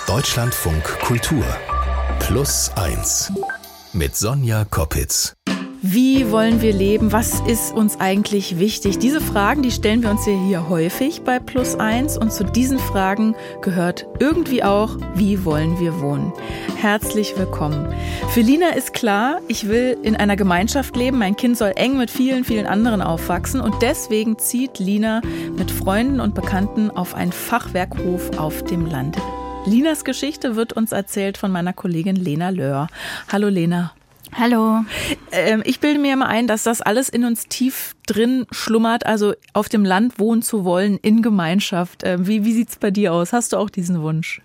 Deutschlandfunk Kultur Plus 1 mit Sonja Koppitz. Wie wollen wir leben? Was ist uns eigentlich wichtig? Diese Fragen, die stellen wir uns ja hier häufig bei Plus 1. Und zu diesen Fragen gehört irgendwie auch, wie wollen wir wohnen? Herzlich willkommen. Für Lina ist klar, ich will in einer Gemeinschaft leben. Mein Kind soll eng mit vielen, vielen anderen aufwachsen. Und deswegen zieht Lina mit Freunden und Bekannten auf einen Fachwerkhof auf dem Land. Linas Geschichte wird uns erzählt von meiner Kollegin Lena Löhr. Hallo Lena. Hallo. Ich bilde mir immer ein, dass das alles in uns tief drin schlummert, also auf dem Land wohnen zu wollen, in Gemeinschaft. Wie sieht es bei dir aus? Hast du auch diesen Wunsch?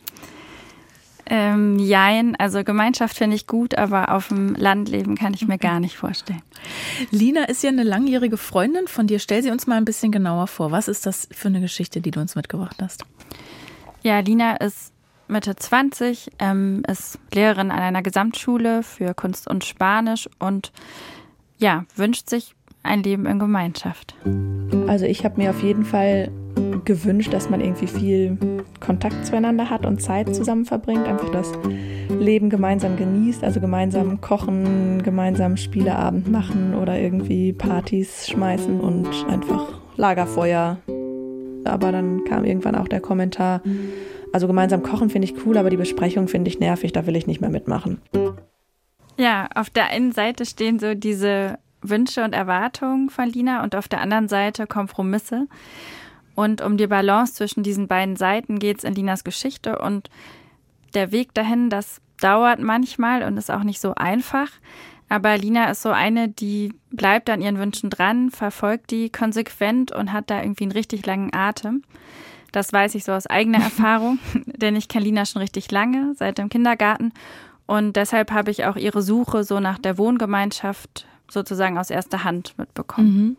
Jein, also Gemeinschaft finde ich gut, aber auf dem Land leben kann ich mir gar nicht vorstellen. Lina ist ja eine langjährige Freundin von dir. Stell sie uns mal ein bisschen genauer vor. Was ist das für eine Geschichte, die du uns mitgebracht hast? Ja, Lina ist Mitte 20, ist Lehrerin an einer Gesamtschule für Kunst und Spanisch und ja, wünscht sich ein Leben in Gemeinschaft. Also ich habe mir auf jeden Fall gewünscht, dass man irgendwie viel Kontakt zueinander hat und Zeit zusammen verbringt, einfach das Leben gemeinsam genießt, also gemeinsam kochen, gemeinsam Spieleabend machen oder irgendwie Partys schmeißen und einfach Lagerfeuer. Aber dann kam irgendwann auch der Kommentar, also gemeinsam kochen finde ich cool, aber die Besprechung finde ich nervig, da will ich nicht mehr mitmachen. Ja, auf der einen Seite stehen so diese Wünsche und Erwartungen von Lina und auf der anderen Seite Kompromisse. Und um die Balance zwischen diesen beiden Seiten geht es in Linas Geschichte. Und der Weg dahin, das dauert manchmal und ist auch nicht so einfach. Aber Lina ist so eine, die bleibt an ihren Wünschen dran, verfolgt die konsequent und hat da irgendwie einen richtig langen Atem. Das weiß ich so aus eigener Erfahrung, denn ich kenne Lina schon richtig lange, seit dem Kindergarten. Und deshalb habe ich auch ihre Suche so nach der Wohngemeinschaft sozusagen aus erster Hand mitbekommen. Mhm.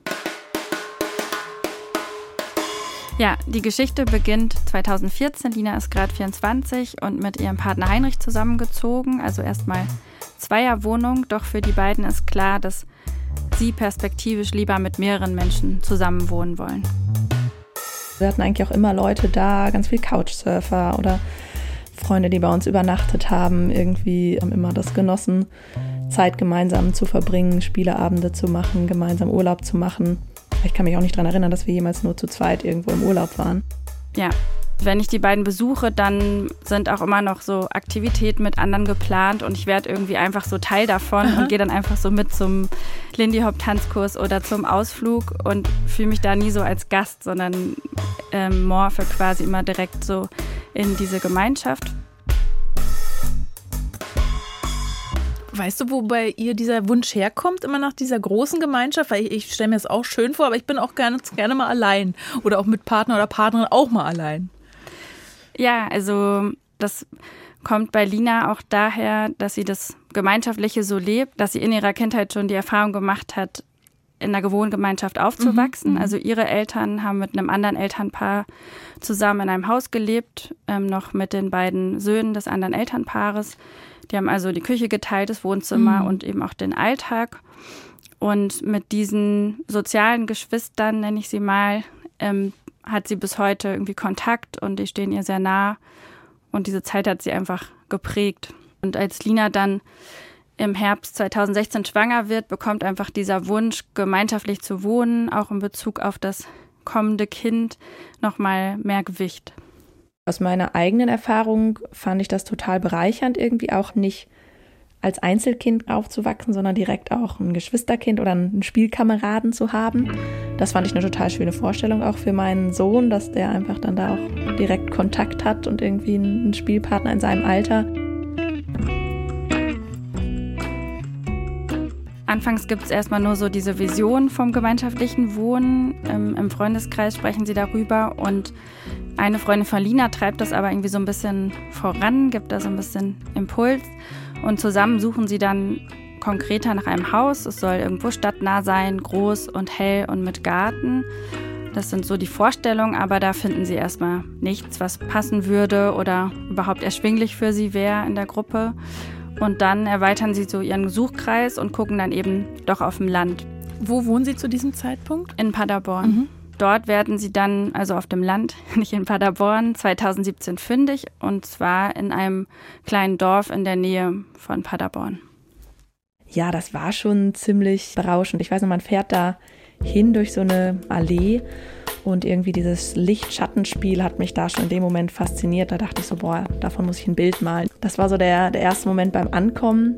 Ja, die Geschichte beginnt 2014. Lina ist gerade 24 und mit ihrem Partner Heinrich zusammengezogen. Also erstmal Zweierwohnung. Doch für die beiden ist klar, dass sie perspektivisch lieber mit mehreren Menschen zusammenwohnen wollen. Wir hatten eigentlich auch immer Leute da, ganz viel Couchsurfer oder Freunde, die bei uns übernachtet haben. Irgendwie haben immer das genossen, Zeit gemeinsam zu verbringen, Spieleabende zu machen, gemeinsam Urlaub zu machen. Ich kann mich auch nicht daran erinnern, dass wir jemals nur zu zweit irgendwo im Urlaub waren. Ja, wenn ich die beiden besuche, dann sind auch immer noch so Aktivitäten mit anderen geplant und ich werde irgendwie einfach so Teil davon und gehe dann einfach so mit zum Lindy Hop Tanzkurs oder zum Ausflug und fühle mich da nie so als Gast, sondern morphe quasi immer direkt so in diese Gemeinschaft. Weißt du, wo bei ihr dieser Wunsch herkommt, immer nach dieser großen Gemeinschaft? Weil ich stelle mir das auch schön vor, aber ich bin auch gerne mal allein. Oder auch mit Partner oder Partnerin auch mal allein. Ja, also das kommt bei Lina auch daher, dass sie das Gemeinschaftliche so lebt, dass sie in ihrer Kindheit schon die Erfahrung gemacht hat, in einer Wohngemeinschaft aufzuwachsen. Also ihre Eltern haben mit einem anderen Elternpaar zusammen in einem Haus gelebt, noch mit den beiden Söhnen des anderen Elternpaares. Die haben also die Küche geteilt, das Wohnzimmer und eben auch den Alltag. Und mit diesen sozialen Geschwistern, nenne ich sie mal, hat sie bis heute irgendwie Kontakt und die stehen ihr sehr nah. Und diese Zeit hat sie einfach geprägt. Und als Lina dann im Herbst 2016 schwanger wird, bekommt einfach dieser Wunsch, gemeinschaftlich zu wohnen, auch in Bezug auf das kommende Kind, nochmal mehr Gewicht. Aus meiner eigenen Erfahrung fand ich das total bereichernd, irgendwie auch nicht als Einzelkind aufzuwachsen, sondern direkt auch ein Geschwisterkind oder einen Spielkameraden zu haben. Das fand ich eine total schöne Vorstellung auch für meinen Sohn, dass der einfach dann da auch direkt Kontakt hat und irgendwie einen Spielpartner in seinem Alter. Anfangs gibt es erstmal nur so diese Vision vom gemeinschaftlichen Wohnen. Im Freundeskreis sprechen sie darüber und eine Freundin von Lina treibt das aber irgendwie so ein bisschen voran, gibt da so ein bisschen Impuls und zusammen suchen sie dann konkreter nach einem Haus. Es soll irgendwo stadtnah sein, groß und hell und mit Garten. Das sind so die Vorstellungen, aber da finden sie erstmal nichts, was passen würde oder überhaupt erschwinglich für sie wäre in der Gruppe. Und dann erweitern sie so ihren Suchkreis und gucken dann eben doch auf dem Land. Wo wohnen Sie zu diesem Zeitpunkt? In Paderborn. dort werden sie dann, also auf dem Land, nicht in Paderborn, 2017 fündig, und zwar in einem kleinen Dorf in der Nähe von Paderborn. Ja, das war schon ziemlich berauschend. Ich weiß noch, man fährt da hin durch so eine Allee und irgendwie dieses Licht-Schattenspiel hat mich da schon in dem Moment fasziniert. Da dachte ich so, boah, davon muss ich ein Bild malen. Das war so der erste Moment beim Ankommen.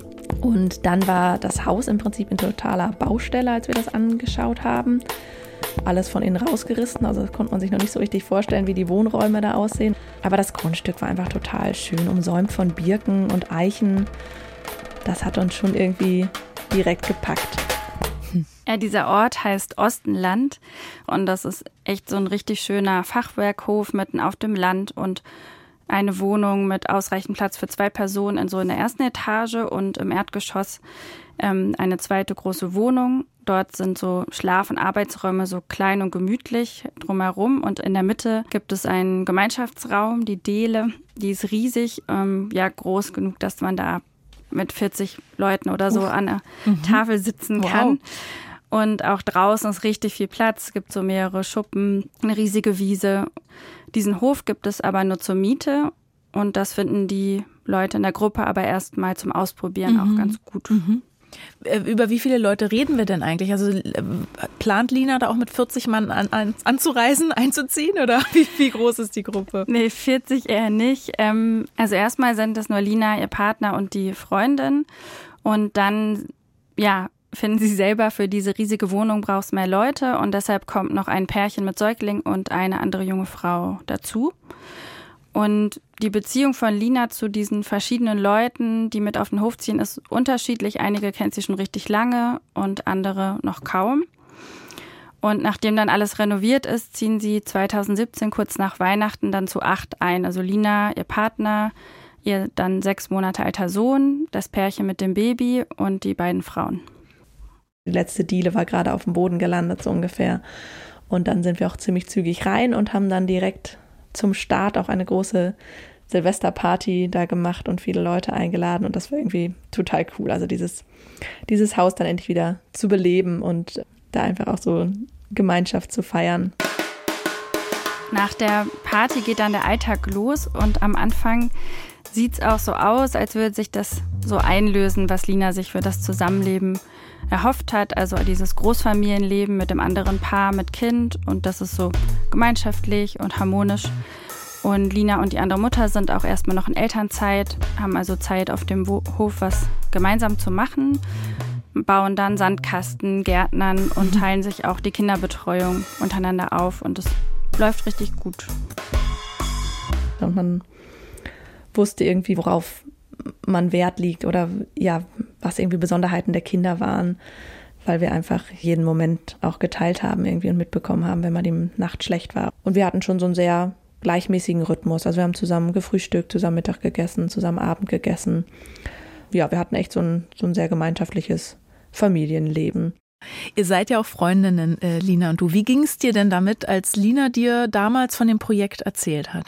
Und dann war das Haus im Prinzip in totaler Baustelle, als wir das angeschaut haben. Alles von innen rausgerissen, also das konnte man sich noch nicht so richtig vorstellen, wie die Wohnräume da aussehen. Aber das Grundstück war einfach total schön, umsäumt von Birken und Eichen. Das hat uns schon irgendwie direkt gepackt. Ja, dieser Ort heißt Ostenland und das ist echt so ein richtig schöner Fachwerkhof mitten auf dem Land und eine Wohnung mit ausreichend Platz für 2 Personen in der ersten Etage und im Erdgeschoss eine zweite große Wohnung. Dort sind so Schlaf- und Arbeitsräume so klein und gemütlich drumherum und in der Mitte gibt es einen Gemeinschaftsraum, die Deele, die ist riesig, groß genug, dass man da mit 40 Leuten oder so an der Tafel sitzen kann. Und auch draußen ist richtig viel Platz, es gibt so mehrere Schuppen, eine riesige Wiese. Diesen Hof gibt es aber nur zur Miete und das finden die Leute in der Gruppe aber erst mal zum Ausprobieren auch ganz gut. Über wie viele Leute reden wir denn eigentlich? Also plant Lina da auch mit 40 Mann anzureisen, einzuziehen oder wie groß ist die Gruppe? Nee, 40 eher nicht. Also erstmal sind es nur Lina, ihr Partner und die Freundin und dann, finden sie selber, für diese riesige Wohnung brauchst mehr Leute und deshalb kommt noch ein Pärchen mit Säugling und eine andere junge Frau dazu. Und die Beziehung von Lina zu diesen verschiedenen Leuten, die mit auf den Hof ziehen, ist unterschiedlich. Einige kennt sie schon richtig lange und andere noch kaum. Und nachdem dann alles renoviert ist, ziehen sie 2017 kurz nach Weihnachten dann zu 8 ein. Also Lina, ihr Partner, ihr dann 6 Monate alter Sohn, das Pärchen mit dem Baby und die beiden Frauen. Die letzte Diele war gerade auf dem Boden gelandet, so ungefähr. Und dann sind wir auch ziemlich zügig rein und haben dann direkt zum Start auch eine große Silvesterparty da gemacht und viele Leute eingeladen. Und das war irgendwie total cool. Also dieses Haus dann endlich wieder zu beleben und da einfach auch so Gemeinschaft zu feiern. Nach der Party geht dann der Alltag los und am Anfang sieht es auch so aus, als würde sich das so einlösen, was Lina sich für das Zusammenleben erhofft hat. Also dieses Großfamilienleben mit dem anderen Paar, mit Kind und das ist so gemeinschaftlich und harmonisch. Und Lina und die andere Mutter sind auch erstmal noch in Elternzeit, haben also Zeit auf dem Hof was gemeinsam zu machen, bauen dann Sandkasten, Gärtnern und teilen sich auch die Kinderbetreuung untereinander auf und es läuft richtig gut. Und man wusste irgendwie, worauf man Wert liegt oder was irgendwie Besonderheiten der Kinder waren, weil wir einfach jeden Moment auch geteilt haben irgendwie und mitbekommen haben, wenn mal die Nacht schlecht war. Und wir hatten schon so einen sehr gleichmäßigen Rhythmus. Also wir haben zusammen gefrühstückt, zusammen Mittag gegessen, zusammen Abend gegessen. Ja, wir hatten echt so ein sehr gemeinschaftliches Familienleben. Ihr seid ja auch Freundinnen, Lina und du. Wie ging es dir denn damit, als Lina dir damals von dem Projekt erzählt hat?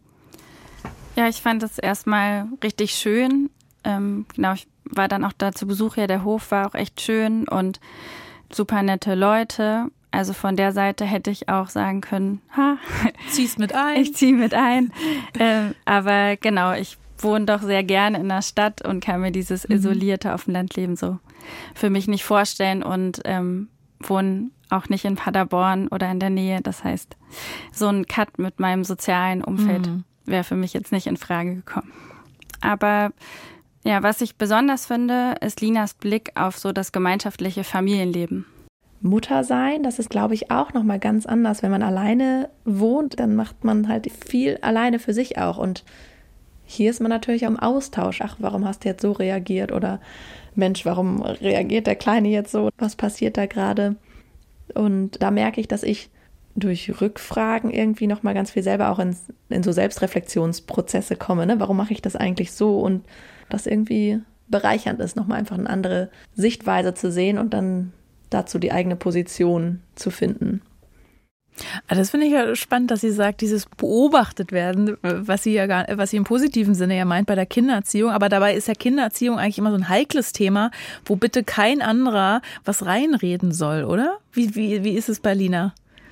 Ja, ich fand das erstmal richtig schön. Ich war dann auch da zu Besuch. Ja, der Hof war auch echt schön und super nette Leute. Also von der Seite hätte ich auch sagen können, zieh's mit ein. Ich ziehe mit ein. Aber genau, ich wohne doch sehr gerne in der Stadt und kann mir dieses isolierte auf dem Landleben so für mich nicht vorstellen und wohne auch nicht in Paderborn oder in der Nähe. Das heißt, so ein Cut mit meinem sozialen Umfeld wäre für mich jetzt nicht in Frage gekommen. Aber ja, was ich besonders finde, ist Linas Blick auf so das gemeinschaftliche Familienleben. Mutter sein, das ist, glaube ich, auch nochmal ganz anders. Wenn man alleine wohnt, dann macht man halt viel alleine für sich auch. Und hier ist man natürlich auch im Austausch. Ach, warum hast du jetzt so reagiert? Oder Mensch, warum reagiert der Kleine jetzt so? Was passiert da gerade? Und da merke ich, dass ich durch Rückfragen irgendwie nochmal ganz viel selber auch in so Selbstreflexionsprozesse komme. Ne? Warum mache ich das eigentlich so? Und das irgendwie bereichernd ist, nochmal einfach eine andere Sichtweise zu sehen und dann dazu die eigene Position zu finden. Das finde ich ja spannend, dass sie sagt, dieses beobachtet werden, was sie im positiven Sinne ja meint bei der Kindererziehung. Aber dabei ist ja Kindererziehung eigentlich immer so ein heikles Thema, wo bitte kein anderer was reinreden soll, oder? Wie ist es bei Lina?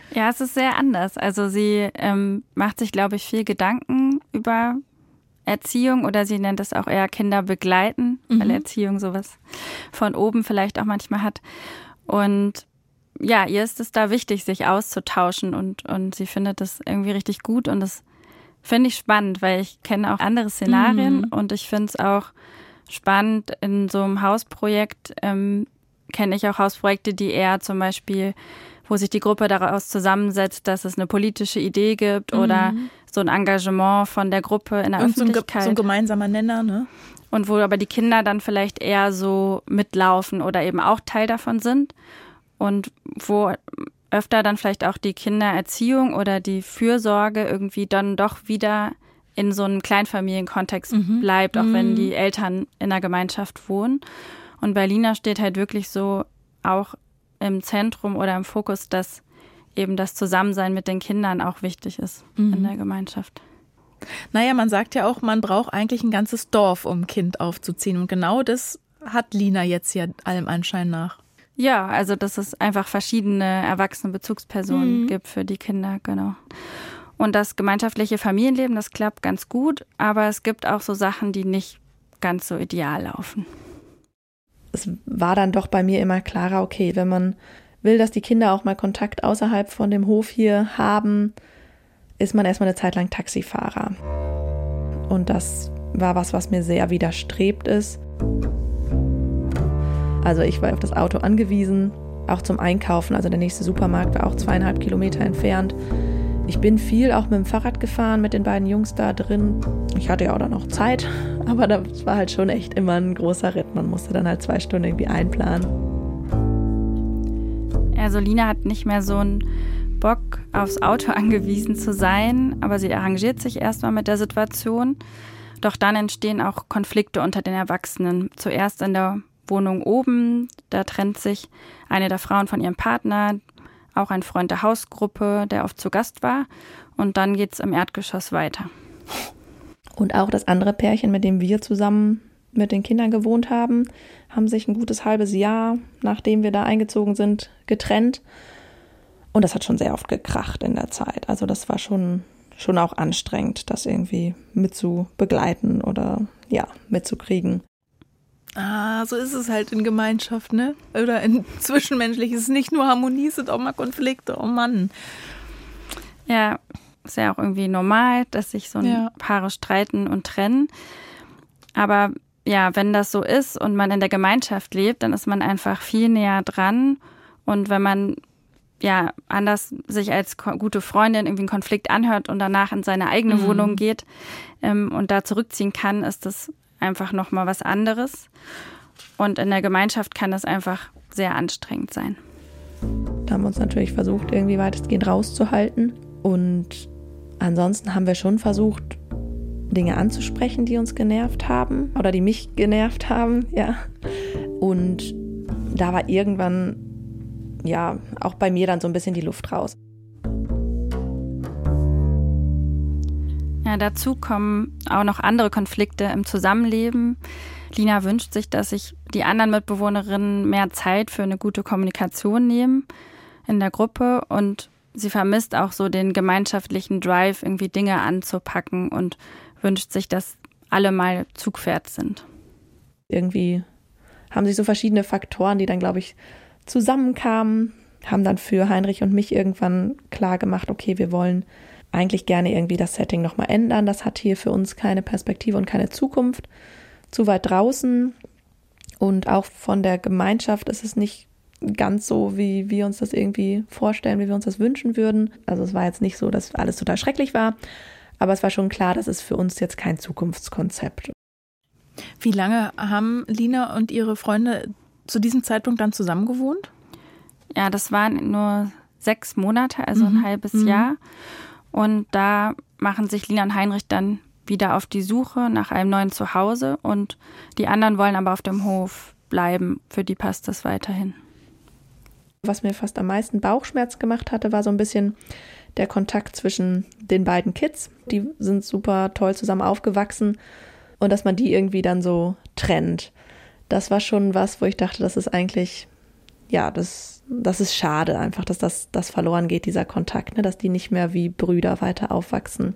Ja, es ist sehr anders. Also sie macht sich, glaube ich, viel Gedanken über Erziehung oder sie nennt es auch eher Kinder begleiten, weil Erziehung sowas von oben vielleicht auch manchmal hat. Und ja, ihr ist es da wichtig, sich auszutauschen und sie findet das irgendwie richtig gut und das finde ich spannend, weil ich kenne auch andere Szenarien und ich finde es auch spannend in so einem Hausprojekt, kenne ich auch Hausprojekte, die eher zum Beispiel, wo sich die Gruppe daraus zusammensetzt, dass es eine politische Idee gibt oder so ein Engagement von der Gruppe in der Öffentlichkeit. So ein gemeinsamer Nenner, ne? Und wo aber die Kinder dann vielleicht eher so mitlaufen oder eben auch Teil davon sind und wo öfter dann vielleicht auch die Kindererziehung oder die Fürsorge irgendwie dann doch wieder in so einem Kleinfamilienkontext bleibt, auch wenn die Eltern in der Gemeinschaft wohnen. Und bei Lina steht halt wirklich so auch im Zentrum oder im Fokus, dass eben das Zusammensein mit den Kindern auch wichtig ist in der Gemeinschaft. Naja, man sagt ja auch, man braucht eigentlich ein ganzes Dorf, um ein Kind aufzuziehen. Und genau das hat Lina jetzt ja allem Anschein nach. Ja, also dass es einfach verschiedene erwachsene Bezugspersonen gibt für die Kinder, genau. Und das gemeinschaftliche Familienleben, das klappt ganz gut, aber es gibt auch so Sachen, die nicht ganz so ideal laufen. Es war dann doch bei mir immer klarer, okay, wenn man will, dass die Kinder auch mal Kontakt außerhalb von dem Hof hier haben, ist man erstmal eine Zeit lang Taxifahrer. Und das war was mir sehr widerstrebt ist. Also ich war auf das Auto angewiesen, auch zum Einkaufen. Also der nächste Supermarkt war auch 2,5 Kilometer entfernt. Ich bin viel auch mit dem Fahrrad gefahren, mit den beiden Jungs da drin. Ich hatte ja auch dann noch Zeit, aber das war halt schon echt immer ein großer Ritt. Man musste dann halt 2 Stunden irgendwie einplanen. Also Lina hat nicht mehr so einen Bock, aufs Auto angewiesen zu sein, aber sie arrangiert sich erstmal mit der Situation. Doch dann entstehen auch Konflikte unter den Erwachsenen. Zuerst in der Wohnung oben, da trennt sich eine der Frauen von ihrem Partner, auch ein Freund der Hausgruppe, der oft zu Gast war. Und dann geht's im Erdgeschoss weiter. Und auch das andere Pärchen, mit dem wir zusammen mit den Kindern gewohnt haben, haben sich ein gutes halbes Jahr, nachdem wir da eingezogen sind, getrennt. Und das hat schon sehr oft gekracht in der Zeit. Also das war schon auch anstrengend, das irgendwie mitzubegleiten oder ja, mitzukriegen. Ah, so ist es halt in Gemeinschaft, ne? Oder in Zwischenmenschlich. Es ist nicht nur Harmonie, es sind auch mal Konflikte. Oh Mann. Ja, ist ja auch irgendwie normal, dass sich so Paare streiten und trennen. Aber ja, wenn das so ist und man in der Gemeinschaft lebt, dann ist man einfach viel näher dran. Und wenn man ja anders sich als gute Freundin irgendwie einen Konflikt anhört und danach in seine eigene Wohnung geht und da zurückziehen kann, ist das einfach nochmal was anderes. Und in der Gemeinschaft kann das einfach sehr anstrengend sein. Da haben wir uns natürlich versucht, irgendwie weitestgehend rauszuhalten. Und ansonsten haben wir schon versucht, Dinge anzusprechen, die uns genervt haben oder die mich genervt haben, ja. Und da war irgendwann, ja, auch bei mir dann so ein bisschen die Luft raus. Ja, dazu kommen auch noch andere Konflikte im Zusammenleben. Lina wünscht sich, dass sich die anderen Mitbewohnerinnen mehr Zeit für eine gute Kommunikation nehmen in der Gruppe und sie vermisst auch so den gemeinschaftlichen Drive, irgendwie Dinge anzupacken und wünscht sich, dass alle mal Zugpferd sind. Irgendwie haben sich so verschiedene Faktoren, die dann, glaube ich, zusammenkamen, haben dann für Heinrich und mich irgendwann klar gemacht, okay, wir wollen eigentlich gerne irgendwie das Setting nochmal ändern. Das hat hier für uns keine Perspektive und keine Zukunft. Zu weit draußen und auch von der Gemeinschaft ist es nicht ganz so, wie wir uns das irgendwie vorstellen, wie wir uns das wünschen würden. Also es war jetzt nicht so, dass alles total schrecklich war, aber es war schon klar, das ist für uns jetzt kein Zukunftskonzept. Wie lange haben Lina und ihre Freunde zu diesem Zeitpunkt dann zusammen gewohnt? Ja, das waren nur 6 Monate, also ein halbes Jahr. Und da machen sich Lina und Heinrich dann wieder auf die Suche nach einem neuen Zuhause und die anderen wollen aber auf dem Hof bleiben. Für die passt das weiterhin. Was mir fast am meisten Bauchschmerz gemacht hatte, war so ein bisschen der Kontakt zwischen den beiden Kids. Die sind super toll zusammen aufgewachsen und dass man die irgendwie dann so trennt. Das war schon was, wo ich dachte, das ist eigentlich ja, das ist schade einfach, dass das verloren geht, dieser Kontakt, ne? Dass die nicht mehr wie Brüder weiter aufwachsen.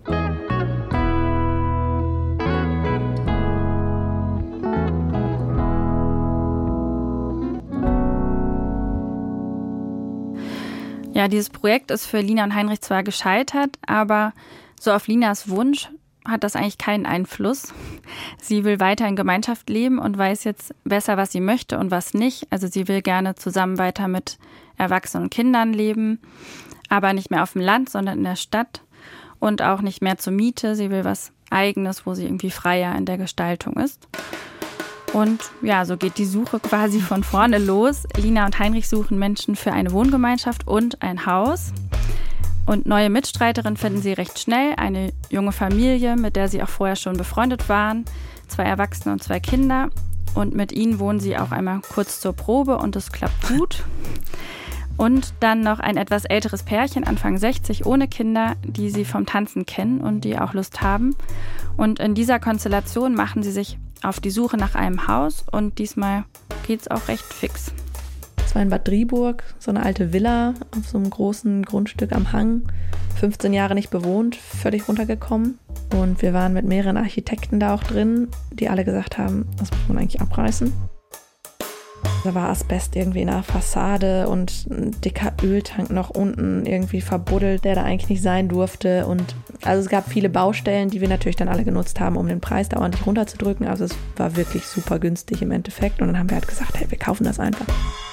Ja, dieses Projekt ist für Lina und Heinrich zwar gescheitert, aber so auf Linas Wunsch hat das eigentlich keinen Einfluss. Sie will weiter in Gemeinschaft leben und weiß jetzt besser, was sie möchte und was nicht. Also sie will gerne zusammen weiter mit Erwachsenen und Kindern leben, aber nicht mehr auf dem Land, sondern in der Stadt und auch nicht mehr zur Miete. Sie will was Eigenes, wo sie irgendwie freier in der Gestaltung ist. Und ja, so geht die Suche quasi von vorne los. Lina und Heinrich suchen Menschen für eine Wohngemeinschaft und ein Haus. Und neue Mitstreiterin finden sie recht schnell, eine junge Familie, mit der sie auch vorher schon befreundet waren, 2 Erwachsene und 2 Kinder. Und mit ihnen wohnen sie auch einmal kurz zur Probe und es klappt gut. Und dann noch ein etwas älteres Pärchen, Anfang 60, ohne Kinder, die sie vom Tanzen kennen und die auch Lust haben. Und in dieser Konstellation machen sie sich auf die Suche nach einem Haus und diesmal geht's auch recht fix. Es war in Bad Driburg, so eine alte Villa auf so einem großen Grundstück am Hang. 15 Jahre nicht bewohnt, völlig runtergekommen. Und wir waren mit mehreren Architekten da auch drin, die alle gesagt haben, das muss man eigentlich abreißen. Da war Asbest irgendwie in der Fassade und ein dicker Öltank noch unten irgendwie verbuddelt, der da eigentlich nicht sein durfte. Und also es gab viele Baustellen, die wir natürlich dann alle genutzt haben, um den Preis da ordentlich runterzudrücken. Also es war wirklich super günstig im Endeffekt. Und dann haben wir halt gesagt, hey, wir kaufen das einfach.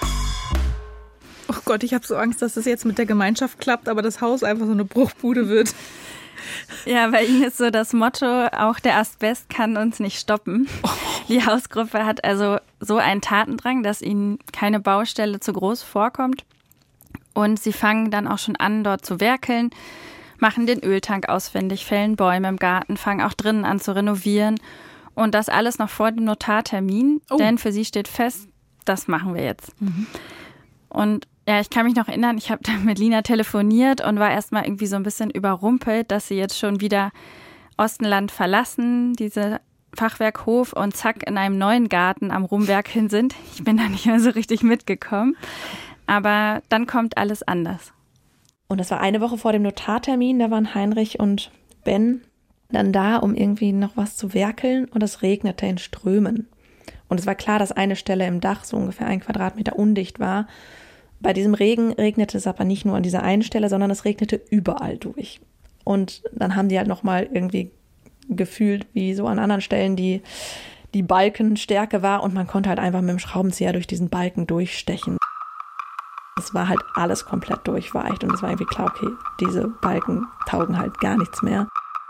Oh Gott, ich habe so Angst, dass das jetzt mit der Gemeinschaft klappt, aber das Haus einfach so eine Bruchbude wird. Ja, bei ihnen ist so das Motto, auch der Asbest kann uns nicht stoppen. Oh. Die Hausgruppe hat also so einen Tatendrang, dass ihnen keine Baustelle zu groß vorkommt. Und sie fangen dann auch schon an, dort zu werkeln, machen den Öltank auswendig, fällen Bäume im Garten, fangen auch drinnen an zu renovieren. Und das alles noch vor dem Notartermin, denn für sie steht fest, das machen wir jetzt. Mhm. Und ja, ich kann mich noch erinnern, ich habe da mit Lina telefoniert und war erstmal irgendwie so ein bisschen überrumpelt, dass sie jetzt schon wieder Ostenland verlassen, diese Fachwerkhof und zack in einem neuen Garten am Rumwerkeln sind. Ich bin da nicht mehr so richtig mitgekommen. Aber dann kommt alles anders. Und das war eine Woche vor dem Notartermin, da waren Heinrich und Ben dann da, um irgendwie noch was zu werkeln und es regnete in Strömen. Und es war klar, dass eine Stelle im Dach so ungefähr 1 Quadratmeter undicht war. Bei diesem Regen regnete es aber nicht nur an dieser einen Stelle, sondern es regnete überall durch. Und dann haben die halt nochmal irgendwie gefühlt, wie so an anderen Stellen die Balkenstärke war und man konnte halt einfach mit dem Schraubenzieher durch diesen Balken durchstechen. Es war halt alles komplett durchweicht und es war irgendwie klar, okay, diese Balken taugen halt gar nichts mehr.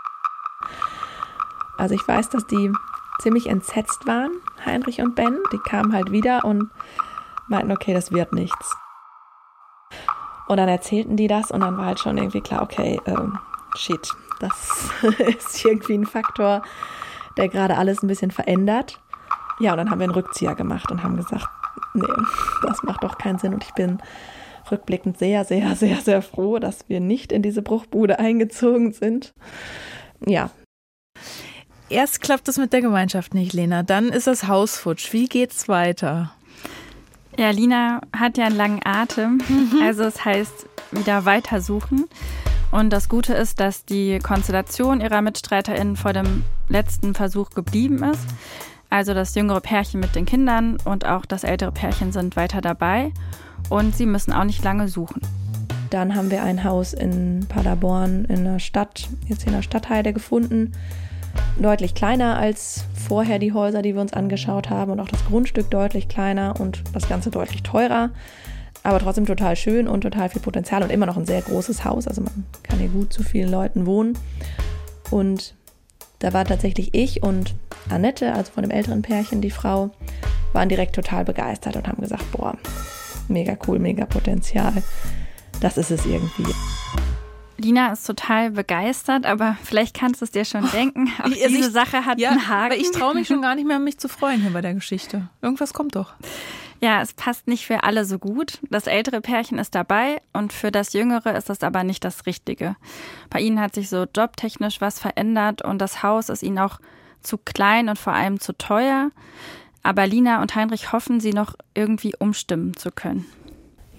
Also ich weiß, dass die ziemlich entsetzt waren, Heinrich und Ben. Die kamen halt wieder und meinten, okay, das wird nichts. Und dann erzählten die das und dann war halt schon irgendwie klar, okay, shit, das ist irgendwie ein Faktor, der gerade alles ein bisschen verändert. Ja, und dann haben wir einen Rückzieher gemacht und haben gesagt, nee, das macht doch keinen Sinn. Und ich bin rückblickend sehr, sehr, sehr, sehr froh, dass wir nicht in diese Bruchbude eingezogen sind. Ja. Erst klappt es mit der Gemeinschaft nicht, Lena. Dann ist das Haus futsch. Wie geht's weiter? Ja, Lina hat ja einen langen Atem. Also es heißt, wieder weitersuchen. Und das Gute ist, dass die Konstellation ihrer MitstreiterInnen vor dem letzten Versuch geblieben ist. Also das jüngere Pärchen mit den Kindern und auch das ältere Pärchen sind weiter dabei. Und sie müssen auch nicht lange suchen. Dann haben wir ein Haus in Paderborn in der Stadt, jetzt in der Stadtheide gefunden. Deutlich kleiner als vorher die Häuser, die wir uns angeschaut haben und auch das Grundstück deutlich kleiner und das Ganze deutlich teurer, aber trotzdem total schön und total viel Potenzial und immer noch ein sehr großes Haus, also man kann hier gut zu vielen Leuten wohnen. Und da war tatsächlich ich und Annette, also von dem älteren Pärchen, die Frau, waren direkt total begeistert und haben gesagt, boah, mega cool, mega Potenzial, das ist es irgendwie. Lina ist total begeistert, aber vielleicht kannst du es dir schon denken. Auch diese Sache hat einen Haken. Aber ich traue mich schon gar nicht mehr, mich zu freuen hier bei der Geschichte. Irgendwas kommt doch. Ja, es passt nicht für alle so gut. Das ältere Pärchen ist dabei und für das Jüngere ist das aber nicht das Richtige. Bei ihnen hat sich so jobtechnisch was verändert und das Haus ist ihnen auch zu klein und vor allem zu teuer. Aber Lina und Heinrich hoffen, sie noch irgendwie umstimmen zu können.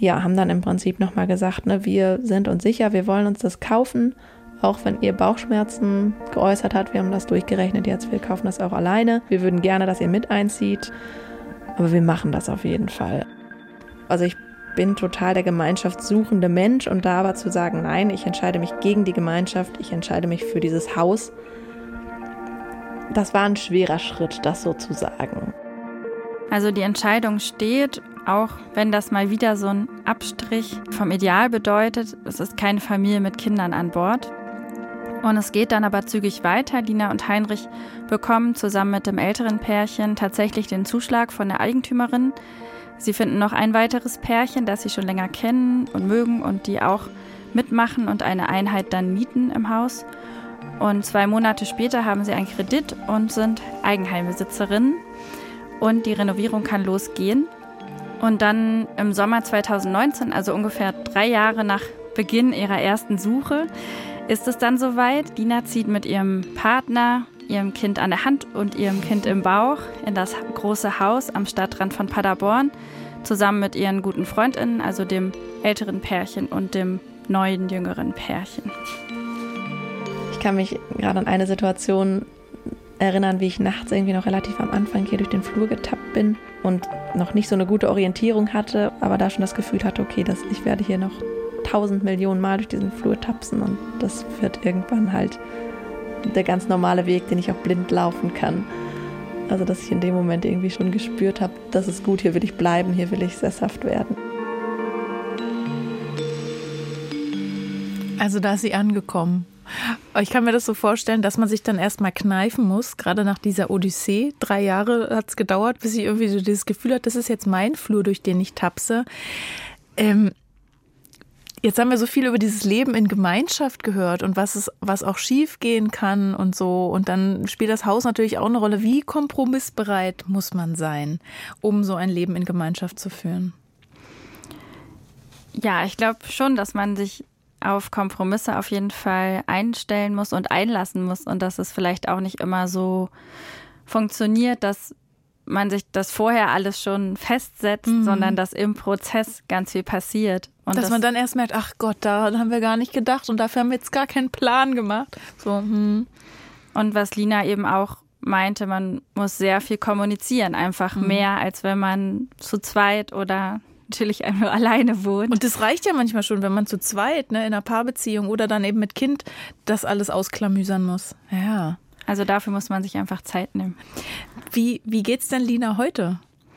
haben dann im Prinzip nochmal gesagt, ne, wir sind uns sicher, wir wollen uns das kaufen, auch wenn ihr Bauchschmerzen geäußert habt. Wir haben das durchgerechnet jetzt, wir kaufen das auch alleine. Wir würden gerne, dass ihr mit einzieht, aber wir machen das auf jeden Fall. Also ich bin total der gemeinschaftssuchende Mensch und da aber zu sagen, nein, ich entscheide mich gegen die Gemeinschaft, ich entscheide mich für dieses Haus, das war ein schwerer Schritt, das so zu sagen. Also die Entscheidung steht, auch wenn das mal wieder so ein Abstrich vom Ideal bedeutet, es ist keine Familie mit Kindern an Bord. Und es geht dann aber zügig weiter. Lina und Heinrich bekommen zusammen mit dem älteren Pärchen tatsächlich den Zuschlag von der Eigentümerin. Sie finden noch ein weiteres Pärchen, das sie schon länger kennen und mögen und die auch mitmachen und eine Einheit dann mieten im Haus. Und 2 Monate später haben sie einen Kredit und sind Eigenheimbesitzerinnen. Und die Renovierung kann losgehen. Und dann im Sommer 2019, also ungefähr 3 Jahre nach Beginn ihrer ersten Suche, ist es dann soweit. Lina zieht mit ihrem Partner, ihrem Kind an der Hand und ihrem Kind im Bauch in das große Haus am Stadtrand von Paderborn, zusammen mit ihren guten Freundinnen, also dem älteren Pärchen und dem neuen, jüngeren Pärchen. Ich kann mich gerade an eine Situation erinnern, wie ich nachts irgendwie noch relativ am Anfang hier durch den Flur getappt bin und noch nicht so eine gute Orientierung hatte, aber da schon das Gefühl hatte, okay, ich werde hier noch 1000 Millionen Mal durch diesen Flur tapsen und das wird irgendwann halt der ganz normale Weg, den ich auch blind laufen kann. Also dass ich in dem Moment irgendwie schon gespürt habe, das ist gut, hier will ich bleiben, hier will ich sesshaft werden. Also da ist sie angekommen. Ich kann mir das so vorstellen, dass man sich dann erstmal kneifen muss, gerade nach dieser Odyssee. 3 Jahre hat es gedauert, bis sie irgendwie so dieses Gefühl hat, das ist jetzt mein Flur, durch den ich tapse. Jetzt haben wir so viel über dieses Leben in Gemeinschaft gehört und was auch schief gehen kann und so. Und dann spielt das Haus natürlich auch eine Rolle. Wie kompromissbereit muss man sein, um so ein Leben in Gemeinschaft zu führen? Ja, ich glaube schon, dass man sich auf Kompromisse auf jeden Fall einstellen muss und einlassen muss und dass es vielleicht auch nicht immer so funktioniert, dass man sich das vorher alles schon festsetzt, sondern dass im Prozess ganz viel passiert. Und dass man dann erst merkt, ach Gott, daran haben wir gar nicht gedacht und dafür haben wir jetzt gar keinen Plan gemacht. So, Und was Lina eben auch meinte, man muss sehr viel kommunizieren, einfach mehr, als wenn man zu zweit oder natürlich einfach alleine wohnt. Und das reicht ja manchmal schon, wenn man zu zweit, ne, in einer Paarbeziehung oder dann eben mit Kind das alles ausklamüsern muss. Ja. Also dafür muss man sich einfach Zeit nehmen. Wie geht's denn Lina heute?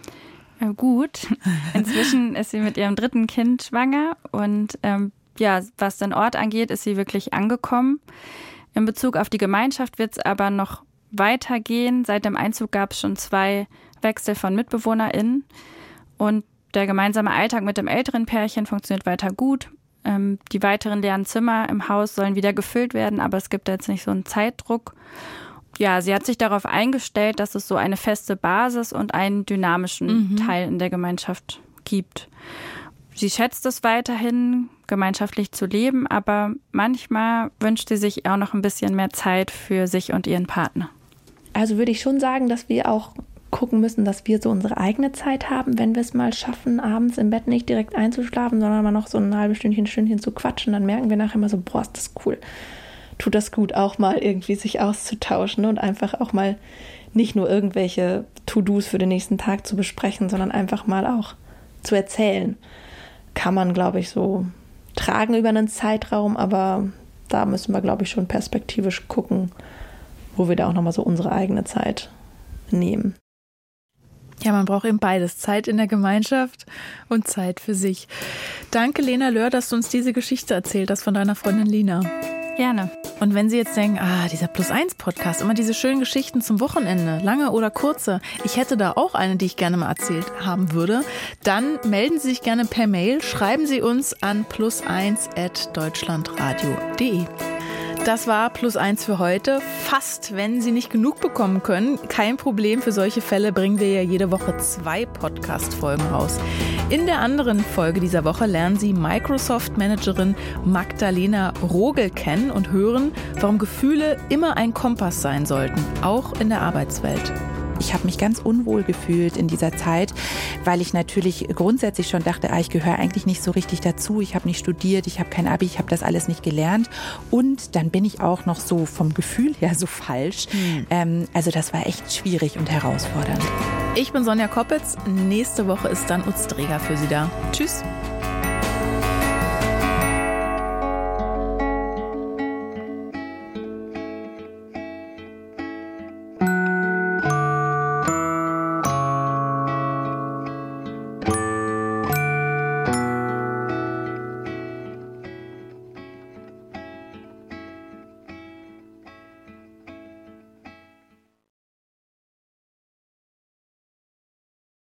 Gut. Inzwischen ist sie mit ihrem 3. Kind schwanger und was den Ort angeht, ist sie wirklich angekommen. In Bezug auf die Gemeinschaft wird es aber noch weitergehen. Seit dem Einzug gab es schon 2 Wechsel von MitbewohnerInnen und der gemeinsame Alltag mit dem älteren Pärchen funktioniert weiter gut. Die weiteren leeren Zimmer im Haus sollen wieder gefüllt werden, aber es gibt jetzt nicht so einen Zeitdruck. Ja, sie hat sich darauf eingestellt, dass es so eine feste Basis und einen dynamischen Teil in der Gemeinschaft gibt. Sie schätzt es weiterhin, gemeinschaftlich zu leben, aber manchmal wünscht sie sich auch noch ein bisschen mehr Zeit für sich und ihren Partner. Also würde ich schon sagen, dass wir auch gucken müssen, dass wir so unsere eigene Zeit haben, wenn wir es mal schaffen, abends im Bett nicht direkt einzuschlafen, sondern mal noch so ein halbes Stündchen zu quatschen. Dann merken wir nachher immer so, boah, ist das cool. Tut das gut, auch mal irgendwie sich auszutauschen und einfach auch mal nicht nur irgendwelche To-Dos für den nächsten Tag zu besprechen, sondern einfach mal auch zu erzählen. Kann man, glaube ich, so tragen über einen Zeitraum, aber da müssen wir, glaube ich, schon perspektivisch gucken, wo wir da auch nochmal so unsere eigene Zeit nehmen. Ja, man braucht eben beides. Zeit in der Gemeinschaft und Zeit für sich. Danke, Lena Löhr, dass du uns diese Geschichte erzählt hast von deiner Freundin Lina. Gerne. Und wenn Sie jetzt denken, dieser Plus-1-Podcast, immer diese schönen Geschichten zum Wochenende, lange oder kurze, ich hätte da auch eine, die ich gerne mal erzählt haben würde, dann melden Sie sich gerne per Mail, schreiben Sie uns an plus1@deutschlandradio.de. Das war Plus1 für heute. Fast, wenn Sie nicht genug bekommen können. Kein Problem, für solche Fälle bringen wir ja jede Woche 2 Podcast-Folgen raus. In der anderen Folge dieser Woche lernen Sie Microsoft-Managerin Magdalena Rogel kennen und hören, warum Gefühle immer ein Kompass sein sollten, auch in der Arbeitswelt. ich habe mich ganz unwohl gefühlt in dieser Zeit, weil ich natürlich grundsätzlich schon dachte, ich gehöre eigentlich nicht so richtig dazu. Ich habe nicht studiert, ich habe kein Abi, ich habe das alles nicht gelernt. Und dann bin ich auch noch so vom Gefühl her so falsch. Also das war echt schwierig und herausfordernd. Ich bin Sonja Koppitz. Nächste Woche ist dann Utz Dreger für Sie da. Tschüss.